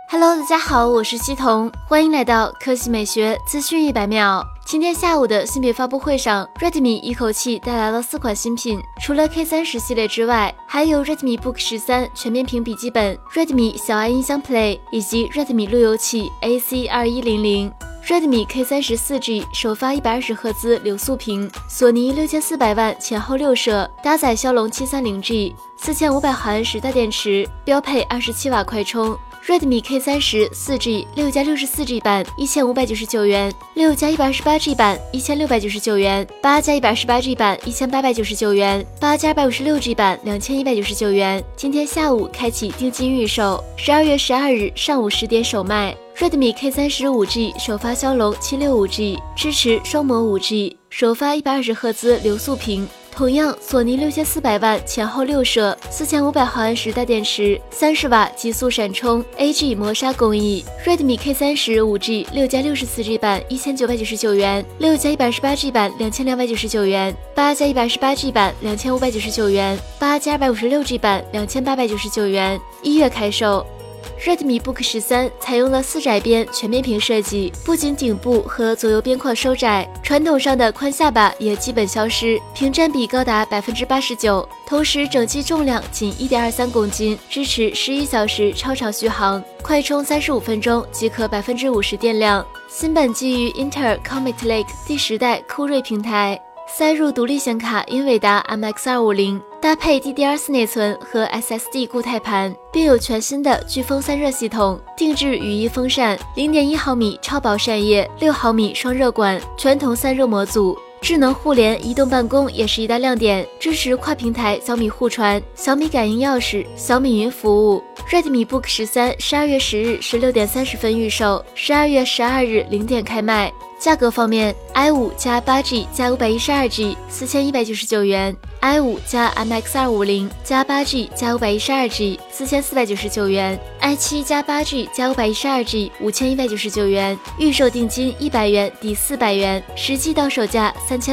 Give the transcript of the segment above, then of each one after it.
Hello， 大家好，我是西彤，欢迎来到科技美学资讯100秒。今天下午的新品发布会上 ，Redmi 一口气带来了4款新品，除了 K30 系列之外，还有 Redmi Book 13全面屏笔记本、Redmi 小爱音箱 Play 以及 Redmi 路由器 AC2100。Redmi K30 4G 首发120赫兹流速屏，索尼6400万前后6摄，搭载骁龙 730G，4500毫安时大电池，标配27瓦快充。Redmi K30 4G 6+64G 版1599元，6+128G 版1699元，8+128G 版1899元，8+256G 版2199元。今天下午开启定金预售，12月12日上午10点首卖。Redmi K30 5G 首发骁龙 765G， 支持双模 5G， 首发120赫兹流速屏。同样，索尼6400万前后6摄，4500毫安时大电池，30瓦极速闪充 ，AG 磨砂工艺。Redmi K30 5G 6+64G 版1999元，6+128G 版2299元，8+128G 版2599元，8+256G 版2899元。1月开售。Redmi Book 13采用了4窄边全面屏设计，不仅顶部和左右边框收窄，传统上的宽下巴也基本消失，屏占比高达89%，同时整机重量仅 1.23公斤，支持11小时超长续航，快充35分钟即可50%电量。新版基于英特尔 Comet Lake 第10代酷睿平台，塞入独立显卡英伟达 MX250， 搭配 DDR4 内存和 SSD 固态盘，并有全新的飓风散热系统，定制羽翼风扇，0.1毫米超薄扇叶，6毫米双热管，全铜散热模组。智能互联移动办公也是一大亮点，支持跨平台小米互传、小米感应钥匙、小米云服务。Redmi Book 13 12月10日16点30分预售，12月12日0点开卖。价格方面 ，i5 加 8G 加512G 4199元，i5 加 MX250 加 8G 加512G 4499元，i7 加 8G 加512G 5199元。预售定金100元抵400元，实际到手价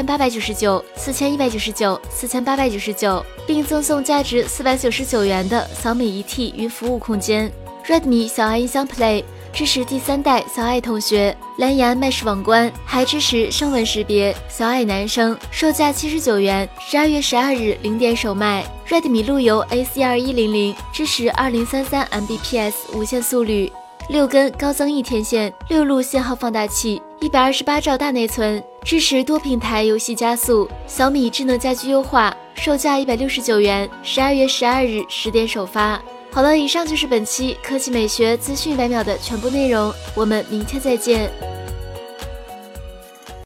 3899、4199、4899，并赠送价值499元的小米1T 云服务空间。Redmi 小爱音箱 Play。支持第3代小爱同学蓝牙 Mesh 网关，还支持声纹识别，小爱男生，售价79元，12月12日0点首卖。Redmi 路由 AC2100 支持2033 Mbps 无线速率，6根高增益天线，6路信号放大器，128兆大内存，支持多平台游戏加速，小米智能家居优化，售价169元，12月12日10点首发。好了，以上就是本期科技美学资讯100秒的全部内容，我们明天再见。